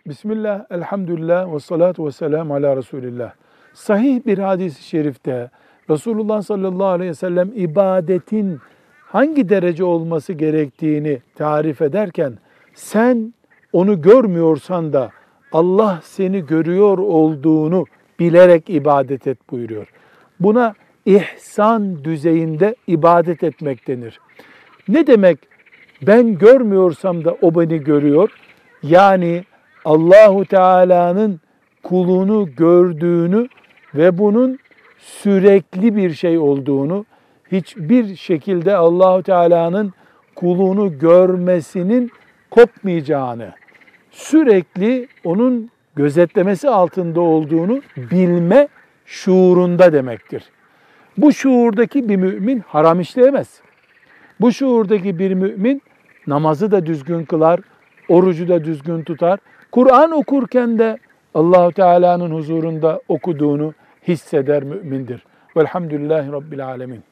Bismillah, elhamdülillah ve salatu ve selamu ala Resulillah. Sahih bir hadis-i şerifte Resulullah sallallahu aleyhi ve sellem ibadetin hangi derece olması gerektiğini tarif ederken sen onu görmüyorsan da Allah seni görüyor olduğunu bilerek ibadet et buyuruyor. Buna ihsan düzeyinde ibadet etmek denir. Ne demek? Ben görmüyorsam da o beni görüyor. Yani Allahu Teala'nın kulunu gördüğünü ve bunun sürekli bir şey olduğunu, hiçbir şekilde Allahu Teala'nın kulunu görmesinin kopmayacağını, sürekli onun gözetlemesi altında olduğunu bilme şuurunda demektir. Bu şuurdaki bir mümin haram işleyemez. Bu şuurdaki bir mümin namazı da düzgün kılar, orucu da düzgün tutar. Kur'an okurken de Allahu Teala'nın huzurunda okuduğunu hisseder mümindir. Velhamdülillahi Rabbil Alemin.